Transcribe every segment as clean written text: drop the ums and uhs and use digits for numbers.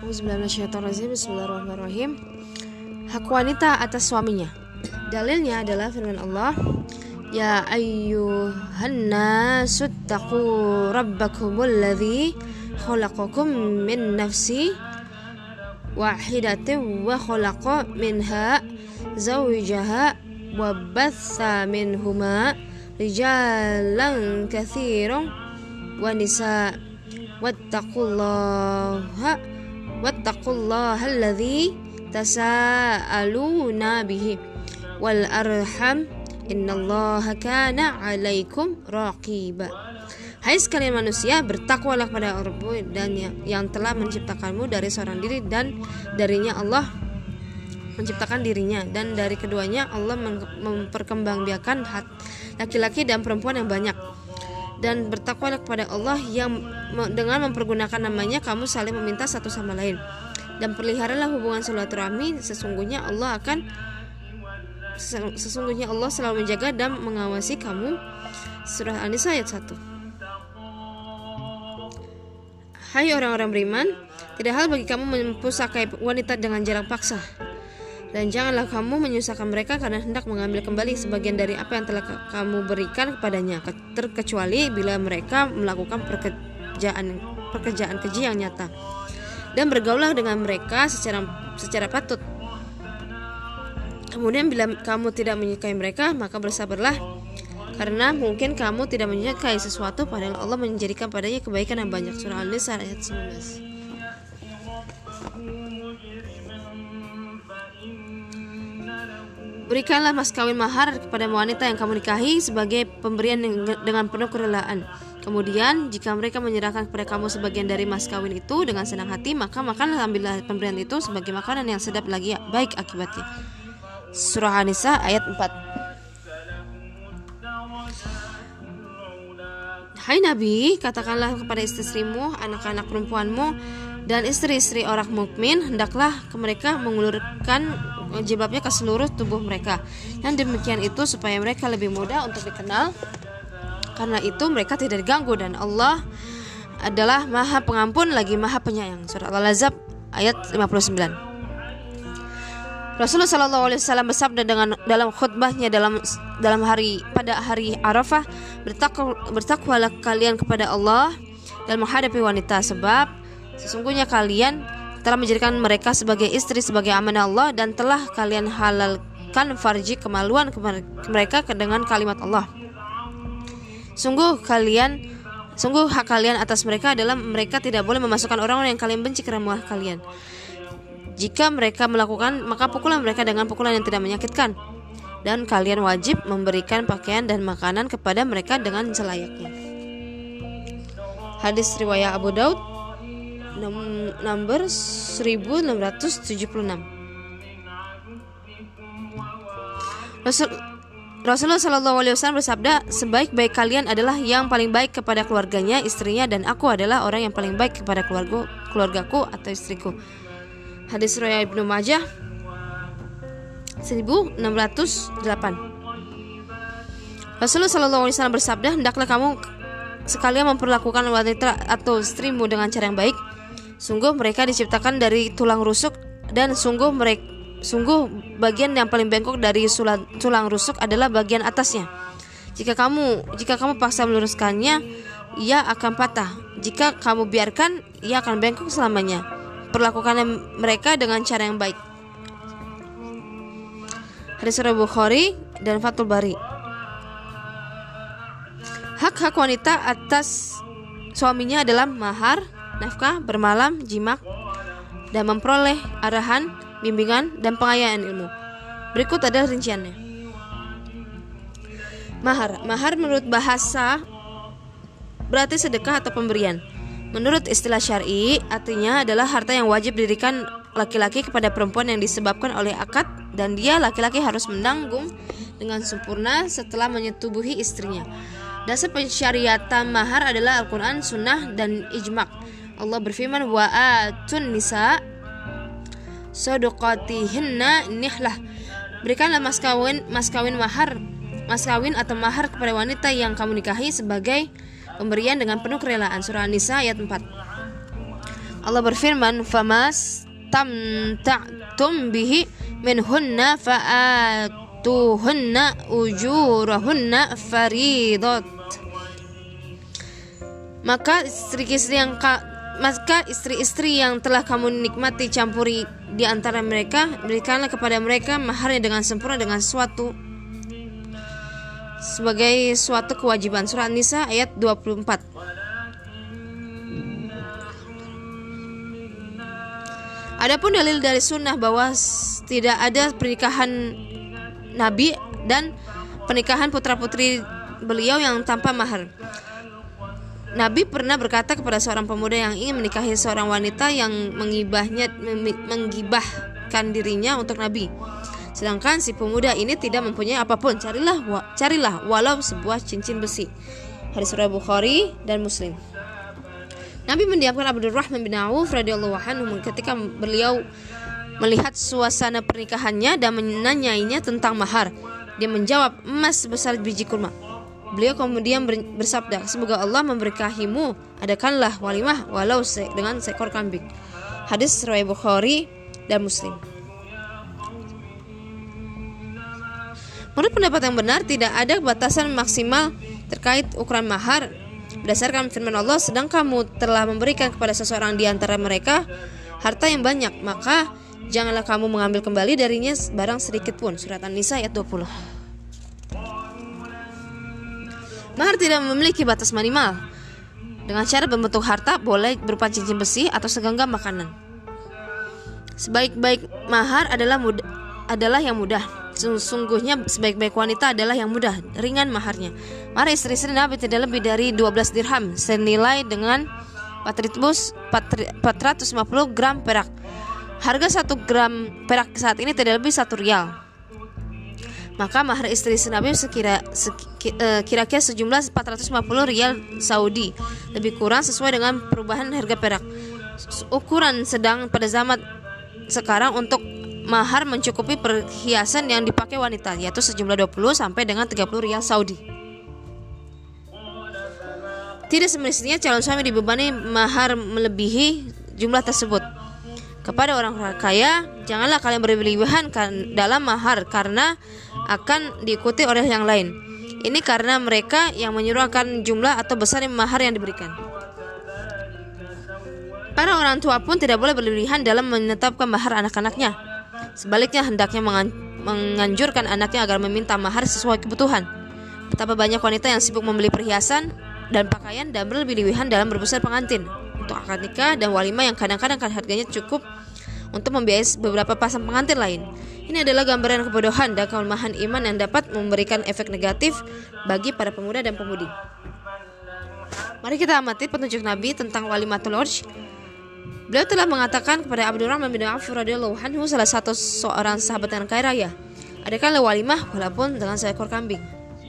Bismillahirrahmanirrahim. Hak wanita atas suaminya. Dalilnya adalah firman Allah, Ya ayyuhan nasu taqu rabbakumul ladzi khalaqakum min nafsi wahidatin wa khalaqa minha zawjaha wa batha minhuma rijalan katsiran wa nisa wattaqullaha alladzi tasaaluna bihi wal arham innallaha kana 'alaikum raqiba. Hai sekalian manusia, bertakwalah kepada Rabb dan yang telah menciptakanmu dari seorang diri, dan darinya Allah menciptakan dirinya, dan dari keduanya Allah memperkembangbiakan laki-laki dan perempuan yang banyak. Dan bertakwalah kepada Allah yang dengan mempergunakan namanya kamu saling meminta satu sama lain, dan peliharalah hubungan silaturahmi. Sesungguhnya Allah selalu menjaga dan mengawasi kamu. Surah An-Nisa ayat 1. Hai orang-orang beriman, tidak hal bagi kamu mempusakai wanita dengan jarak paksa, dan janganlah kamu menyusahkan mereka karena hendak mengambil kembali sebagian dari apa yang telah kamu berikan kepadanya, terkecuali bila mereka melakukan pekerjaan keji yang nyata. Dan bergaulah dengan mereka secara patut. Kemudian bila kamu tidak menyukai mereka, maka bersabarlah, karena mungkin kamu tidak menyukai sesuatu padahal Allah menjadikan padanya kebaikan yang banyak. Surah An-Nisa ayat 19. Berikanlah mas kawin mahar kepada wanita yang kamu nikahi sebagai pemberian dengan penuh kerelaan. Kemudian jika mereka menyerahkan kepada kamu sebagian dari mas kawin itu dengan senang hati, maka makanlah, ambillah pemberian itu sebagai makanan yang sedap lagi baik akibatnya. Surah An-Nisa ayat 4. Hai Nabi, katakanlah kepada istri-istrimu, anak-anak perempuanmu, dan istri-istri orang mukmin, hendaklah mereka mengulurkan jilbabnya ke seluruh tubuh mereka. Yang demikian itu supaya mereka lebih mudah untuk dikenal, karena itu mereka tidak diganggu, dan Allah adalah Maha Pengampun lagi Maha Penyayang. Surah Al-Ahzab ayat 59. Rasulullah SAW bersabda dalam khutbahnya pada hari Arafah, bertakwalah kalian kepada Allah dan menghadapi wanita, sebab sesungguhnya kalian telah menjadikan mereka sebagai istri sebagai amanah Allah, dan telah kalian halalkan farji kemaluan mereka dengan kalimat Allah. Sungguh hak kalian atas mereka adalah mereka tidak boleh memasukkan orang-orang yang kalian benci ke rumah kalian. Jika mereka melakukan, maka pukullah mereka dengan pukulan yang tidak menyakitkan, dan kalian wajib memberikan pakaian dan makanan kepada mereka dengan selayaknya. Hadis riwayat Abu Daud nomor 1676. Rasulullah SAW bersabda, sebaik-baik kalian adalah yang paling baik kepada keluarganya, istrinya, dan aku adalah orang yang paling baik kepada keluargaku atau istriku. Hadis riwayat Ibnu Majah 1608. Rasulullah SAW bersabda, hendaklah kamu sekalian memperlakukan wanita atau istrimu dengan cara yang baik. Sungguh mereka diciptakan dari tulang rusuk, dan sungguh bagian yang paling bengkok dari tulang rusuk adalah bagian atasnya. Jika kamu paksa meluruskannya, ia akan patah. Jika kamu biarkan, ia akan bengkok selamanya. Perlakukan mereka dengan cara yang baik. Hadis riwayat Bukhari dan Fathul Bari. Hak-hak wanita atas suaminya adalah mahar, nafkah, bermalam, jimak, dan memperoleh arahan, bimbingan, dan pengayaan ilmu. Berikut adalah rinciannya. Mahar menurut bahasa berarti sedekah atau pemberian. Menurut istilah syar'i, artinya adalah harta yang wajib diberikan laki-laki kepada perempuan yang disebabkan oleh akad, dan dia laki-laki harus menanggung dengan sempurna setelah menyetubuhi istrinya. Dasar pensyariatan mahar adalah Al-Quran, Sunnah, dan Ijma'. Allah berfirman, wa atun nisa sadaqatihinna nihlah. Berikanlah mas kawin atau mahar kepada wanita yang kamu nikahi sebagai pemberian dengan penuh kerelaan. Surah An-Nisa ayat 4. Allah berfirman, "Famastamta'tum bihi minhunna fa'atuhunna ujurahunna faridat." Maka istri-istri yang telah kamu nikmati campuri di antara mereka, berikanlah kepada mereka maharnya dengan sempurna dengan sebagai suatu kewajiban. Surah An-Nisa ayat 24. Adapun dalil dari sunnah bahwa tidak ada pernikahan Nabi dan pernikahan putra-putri beliau yang tanpa mahar. Nabi pernah berkata kepada seorang pemuda yang ingin menikahi seorang wanita yang menggibahkan dirinya untuk Nabi, sedangkan si pemuda ini tidak mempunyai apapun, carilah walau sebuah cincin besi. Hadis riwayat Bukhari dan Muslim. Nabi mendiamkan Abdurrahman bin Auf radhiyallahu anhu ketika beliau melihat suasana pernikahannya dan menanyainya tentang mahar. Dia menjawab, emas sebesar biji kurma. Beliau kemudian bersabda, semoga Allah memberkahimu, adakanlah walimah walau dengan seekor kambing. Hadis riwayat Bukhari dan Muslim. Menurut pendapat yang benar, tidak ada batasan maksimal terkait ukuran mahar. Berdasarkan firman Allah, sedang kamu telah memberikan kepada seseorang di antara mereka harta yang banyak, maka janganlah kamu mengambil kembali darinya barang sedikit pun. Surat An-Nisa ayat 20. Mahar tidak memiliki batas minimal. Dengan cara berbentuk harta, boleh berupa cincin besi atau segenggam makanan. Sebaik-baik mahar adalah yang mudah. Sesungguhnya sebaik-baik wanita adalah yang mudah, ringan maharnya. Mahar istri-istri Nabi tidak lebih dari 12 dirham, senilai dengan 450 gram perak. Harga 1 gram perak saat ini tidak lebih 1 rial. Maka mahar istri Nabi kira-kira sejumlah 450 rial Saudi, lebih kurang sesuai dengan perubahan harga perak. Ukuran sedang pada zaman sekarang untuk mahar mencukupi perhiasan yang dipakai wanita, yaitu sejumlah 20 sampai dengan 30 rial Saudi. Tidak semestinya calon suami dibebani mahar melebihi jumlah tersebut. Kepada orang kaya, janganlah kalian berlebihan dalam mahar karena akan diikuti oleh yang lain. Ini karena mereka yang menyuruh akan jumlah atau besar mahar yang diberikan. Para orang tua pun tidak boleh berlebihan dalam menetapkan mahar anak-anaknya. Sebaliknya, hendaknya menganjurkan anaknya agar meminta mahar sesuai kebutuhan. Betapa banyak wanita yang sibuk membeli perhiasan dan pakaian dan berlebihan dalam berbesar pengantin untuk akad nikah dan walimah yang kadang-kadang harganya cukup untuk membiayai beberapa pasang pengantin lain. Ini adalah gambaran kebodohan dan kelemahan iman yang dapat memberikan efek negatif bagi para pemuda dan pemudi. Mari kita amati petunjuk Nabi tentang walimatul ursh. Beliau telah mengatakan kepada Abdurrahman bin Auf radhiyallahu anhu, salah satu seorang sahabat yang kaya raya, adakanlah walimah walaupun dengan seekor kambing.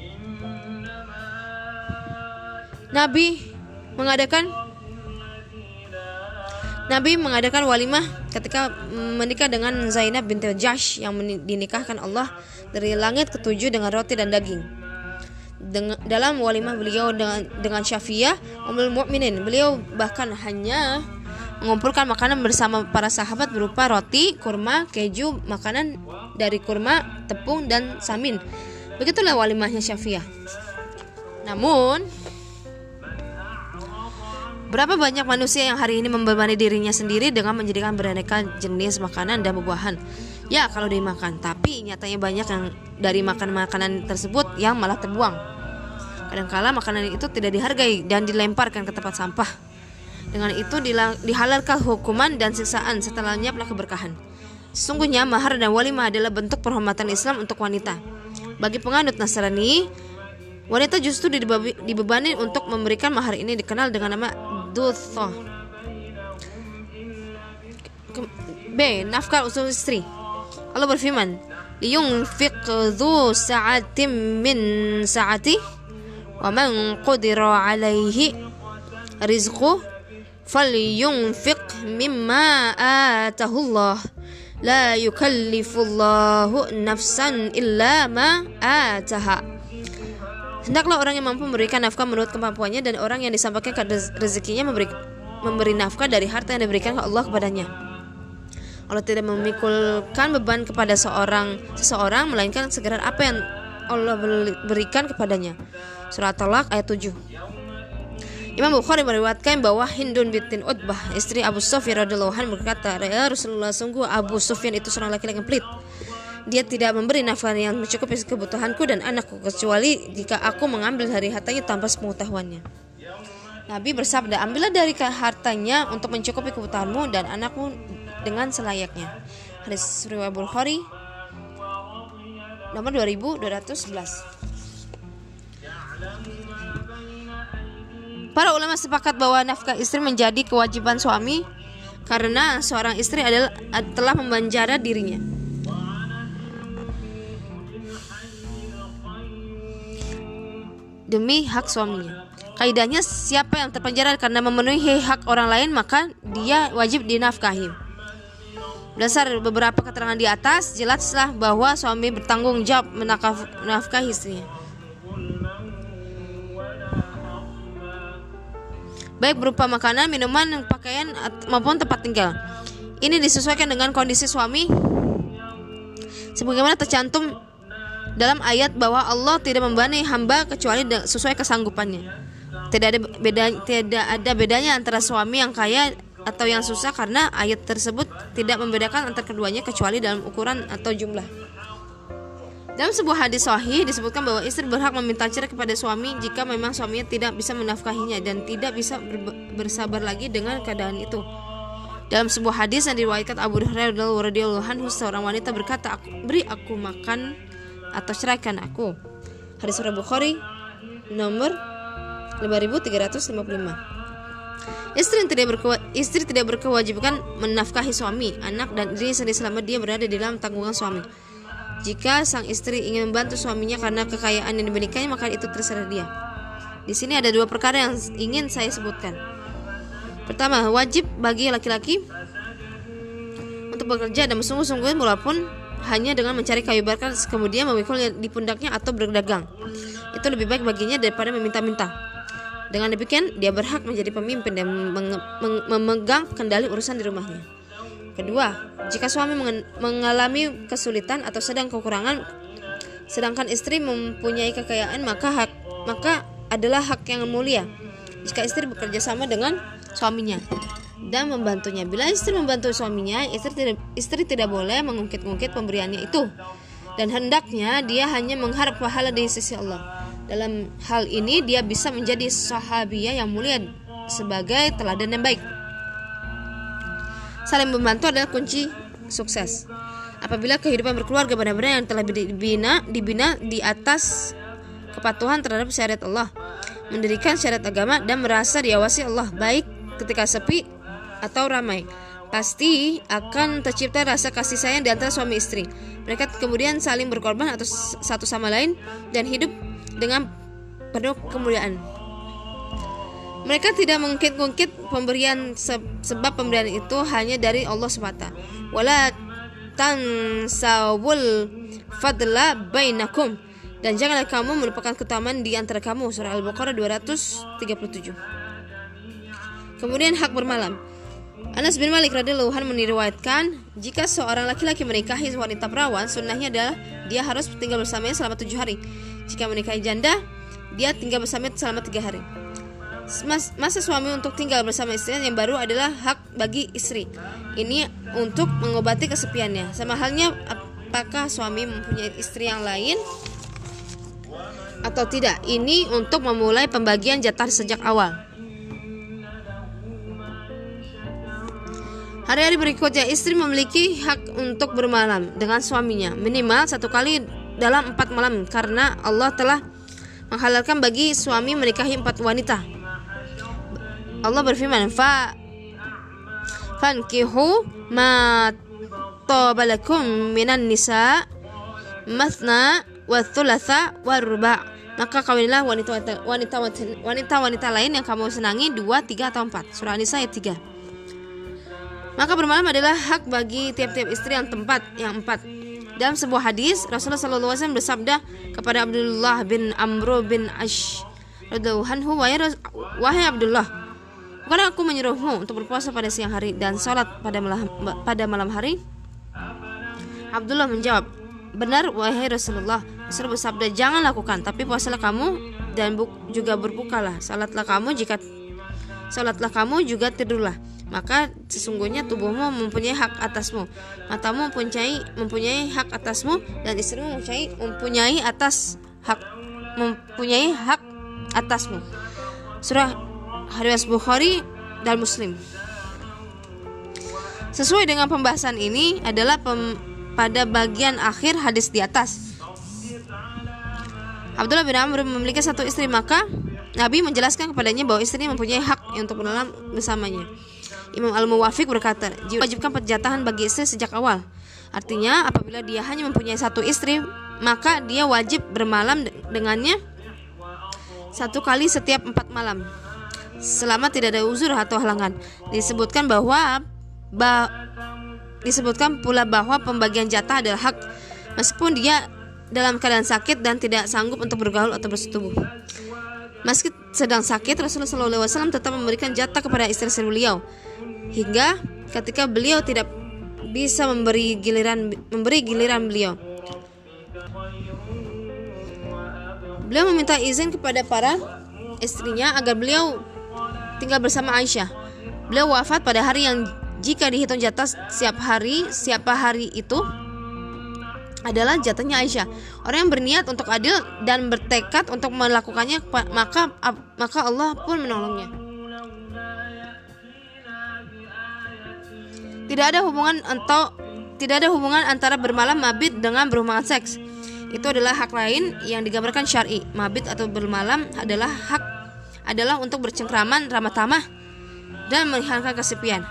Nabi mengadakan walimah ketika menikah dengan Zainab binti Jahsh yang dinikahkan Allah dari langit ketujuh dengan roti dan daging. Dalam walimah beliau dengan Syafiyah Ummul Mukminin, beliau bahkan hanya mengumpulkan makanan bersama para sahabat berupa roti, kurma, keju, makanan dari kurma, tepung, dan samin. Begitulah walimahnya Syafiyah. Namun, berapa banyak manusia yang hari ini membebani dirinya sendiri dengan menjadikan beraneka jenis makanan dan buah-buahan. Ya, kalau dimakan, tapi nyatanya banyak yang dari makanan tersebut yang malah terbuang. Kadangkala makanan itu tidak dihargai dan dilemparkan ke tempat sampah. Dengan itu dihalalkan hukuman dan siksaan setelah lenyaplah keberkahan. Sesungguhnya mahar dan walimah adalah bentuk penghormatan Islam untuk wanita. Bagi penganut Nasrani, wanita justru dibebani untuk memberikan mahar ini, dikenal dengan nama Duthah. B. Nafkah usul istri. Allah berfirman, liyunfiq dzu sa'atin min sa'ati wa man qudira 'alaihi rizquhu falyunfiq mimma atahu Allah la yukallifullahu nafsan illa ma ataha. Hendaklah orang yang mampu memberikan nafkah menurut kemampuannya, dan orang yang disampaikan rezekinya memberi nafkah dari harta yang diberikan Allah kepadanya. Allah tidak memikulkan beban kepada seseorang melainkan segera apa yang Allah berikan kepadanya. Surah Talaq ayat 7. Imam Bukhari meriwayatkan bahwa Hindun binti Utbah, istri Abu Sufyan radhiyallahu anhu berkata, "Ya Rasulullah, sungguh Abu Sufyan itu seorang laki-laki yang pelit. Dia tidak memberi nafkah yang mencukupi kebutuhanku dan anakku kecuali jika aku mengambil dari hartanya tanpa sepengetahuannya." Nabi bersabda, "Ambillah dari hartanya untuk mencukupi kebutuhanmu dan anakmu dengan selayaknya." Hadis riwayat Bukhari nomor 2211. Para ulama sepakat bahwa nafkah istri menjadi kewajiban suami karena seorang istri telah memenjara dirinya. Demi hak suaminya. Kaidahnya, siapa yang terpenjara karena memenuhi hak orang lain maka dia wajib dinafkahi. Berdasar beberapa keterangan di atas, jelaslah bahwa suami bertanggung jawab menafkahi istrinya, baik berupa makanan, minuman, pakaian maupun tempat tinggal. Ini disesuaikan dengan kondisi suami sebagaimana tercantum dalam ayat bahwa Allah tidak membebani hamba kecuali sesuai kesanggupannya. Tidak ada bedanya antara suami yang kaya atau yang susah karena ayat tersebut tidak membedakan antara keduanya kecuali dalam ukuran atau jumlah. Dalam sebuah hadis sahih disebutkan bahwa istri berhak meminta cerai kepada suami jika memang suaminya tidak bisa menafkahinya dan tidak bisa bersabar lagi dengan keadaan itu. Dalam sebuah hadis yang diriwayatkan Abu Hurairah radhiyallahu anhu, seorang wanita berkata, "Beri aku makan atau ceraikan aku." Hadis Sahih Bukhari nomor 5355. Istri tidak berkewajiban menafkahi suami, anak dan diri sendiri selama dia berada di dalam tanggungan suami. Jika sang istri ingin membantu suaminya karena kekayaan yang dimilikinya, maka itu terserah dia. Di sini ada dua perkara yang ingin saya sebutkan. Pertama, wajib bagi laki-laki untuk bekerja dan bersungguh-sungguh walaupun hanya dengan mencari kayu bakar kemudian memikulnya di pundaknya atau berdagang. Itu lebih baik baginya daripada meminta-minta. Dengan demikian, dia berhak menjadi pemimpin dan memegang kendali urusan di rumahnya. Kedua, jika suami mengalami kesulitan atau sedang kekurangan, sedangkan istri mempunyai kekayaan, maka adalah hak yang mulia jika istri bekerja sama dengan suaminya dan membantunya. Bila istri membantu suaminya, istri tidak boleh mengungkit-ungkit pemberiannya itu, dan hendaknya dia hanya mengharap pahala di sisi Allah. Dalam hal ini dia bisa menjadi sahabiyah yang mulia sebagai teladan yang baik. Saling membantu adalah kunci sukses. Apabila kehidupan berkeluarga benar-benar yang telah dibina di atas kepatuhan terhadap syariat Allah, mendirikan syariat agama dan merasa diawasi Allah, baik ketika sepi atau ramai, pasti akan tercipta rasa kasih sayang di antara suami istri. Mereka kemudian saling berkorban atau satu sama lain dan hidup dengan penuh kemuliaan. Mereka tidak mengungkit-ungkit pemberian sebab pemberian itu hanya dari Allah semata. Wala tansawul fadla bainakum, dan janganlah kamu melupakan keutamaan di antara kamu. Surah Al-Baqarah 237. Kemudian hak bermalam. Anas bin Malik radhiyallahu anhu meriwayatkan, jika seorang laki-laki menikahi wanita perawan, sunnahnya adalah dia harus tinggal bersamanya selama 7 hari. Jika menikahi janda, dia tinggal bersamanya selama 3 hari. Masa suami untuk tinggal bersama istrinya yang baru adalah hak bagi istri. Ini untuk mengobati kesepiannya. Sama halnya apakah suami mempunyai istri yang lain atau tidak. Ini untuk memulai pembagian jatah sejak awal. Hari-hari berikutnya istri memiliki hak untuk bermalam dengan suaminya minimal 1 kali dalam 4 malam, karena Allah telah menghalalkan bagi suami menikahi 4 wanita. Allah berfirman, fankihu ma tabalakum minan nisa mathna wa thulatha wa ruba'. Maka kawinlah wanita lain yang kamu senangi 2, 3 atau 4. Surah An-Nisa ayat 3. Maka bermalam adalah hak bagi tiap-tiap istri yang 4. Dalam sebuah hadis, Rasulullah SAW bersabda kepada Abdullah bin Amr bin Ash radhiyallahu anhu, wahai Abdullah, Bukan aku menyuruhmu untuk berpuasa pada siang hari dan sholat pada malam hari? Abdullah menjawab, benar wahai Rasulullah. Rasul bersabda, jangan lakukan, tapi puasalah kamu dan juga berbukalah. Salatlah kamu juga tidurlah. Maka sesungguhnya tubuhmu mempunyai hak atasmu, matamu mempunyai hak atasmu, dan istrimu mempunyai hak atasmu. Surah Hadis Bukhari dan Muslim. Sesuai dengan pembahasan ini adalah pada bagian akhir hadis di atas. Abdullah bin Amr memiliki satu istri, maka Nabi menjelaskan kepadanya bahwa istrinya mempunyai hak untuk bermalam bersamanya. Imam Al-Muwafiq berkata, diwajibkan perjatahan bagi istri sejak awal. Artinya, apabila dia hanya mempunyai satu istri, maka dia wajib bermalam dengannya 1 kali setiap 4 malam, selama tidak ada uzur atau halangan. Disebutkan pula bahwa pembagian jatah adalah hak, meskipun dia dalam keadaan sakit dan tidak sanggup untuk bergaul atau bersetubuh. Meski sedang sakit, Rasulullah SAW tetap memberikan jatah kepada istri-istri beliau, hingga ketika beliau tidak bisa memberi giliran beliau. Beliau meminta izin kepada para istrinya agar beliau tinggal bersama Aisyah. Beliau wafat pada hari yang jika dihitung jatah siapa hari itu adalah jatahnya Aisyah. Orang yang berniat untuk adil dan bertekad untuk melakukannya, maka Allah pun menolongnya. Tidak ada hubungan antara bermalam mabit dengan berhubungan seks. Itu adalah hak lain yang digambarkan syar'i. Mabit atau bermalam adalah untuk bercengkraman, ramah tamah, dan menghilangkan kesepian.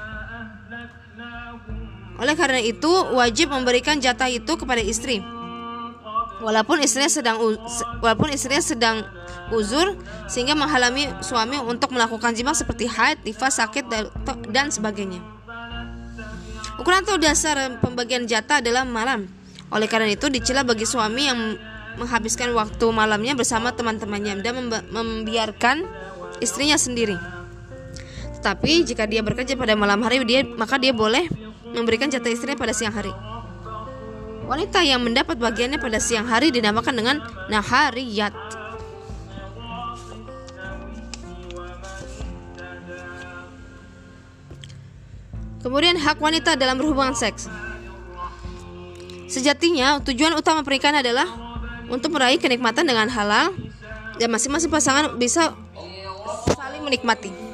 Oleh karena itu, wajib memberikan jatah itu kepada istri, walaupun istrinya sedang uzur sehingga menghalangi suami untuk melakukan jima seperti haid, nifas, sakit, dan sebagainya. Ukuran atau dasar pembagian jatah adalah malam. Oleh karena itu, dicela bagi suami yang menghabiskan waktu malamnya bersama teman-temannya dan membiarkan istrinya sendiri. Tetapi jika dia bekerja pada malam hari, maka dia boleh memberikan jatah istrinya pada siang hari. Wanita yang mendapat bagiannya pada siang hari dinamakan dengan nahariyat. Kemudian hak wanita dalam berhubungan seks. Sejatinya tujuan utama pernikahan adalah untuk meraih kenikmatan dengan halal, dan masing-masing pasangan bisa saling menikmati.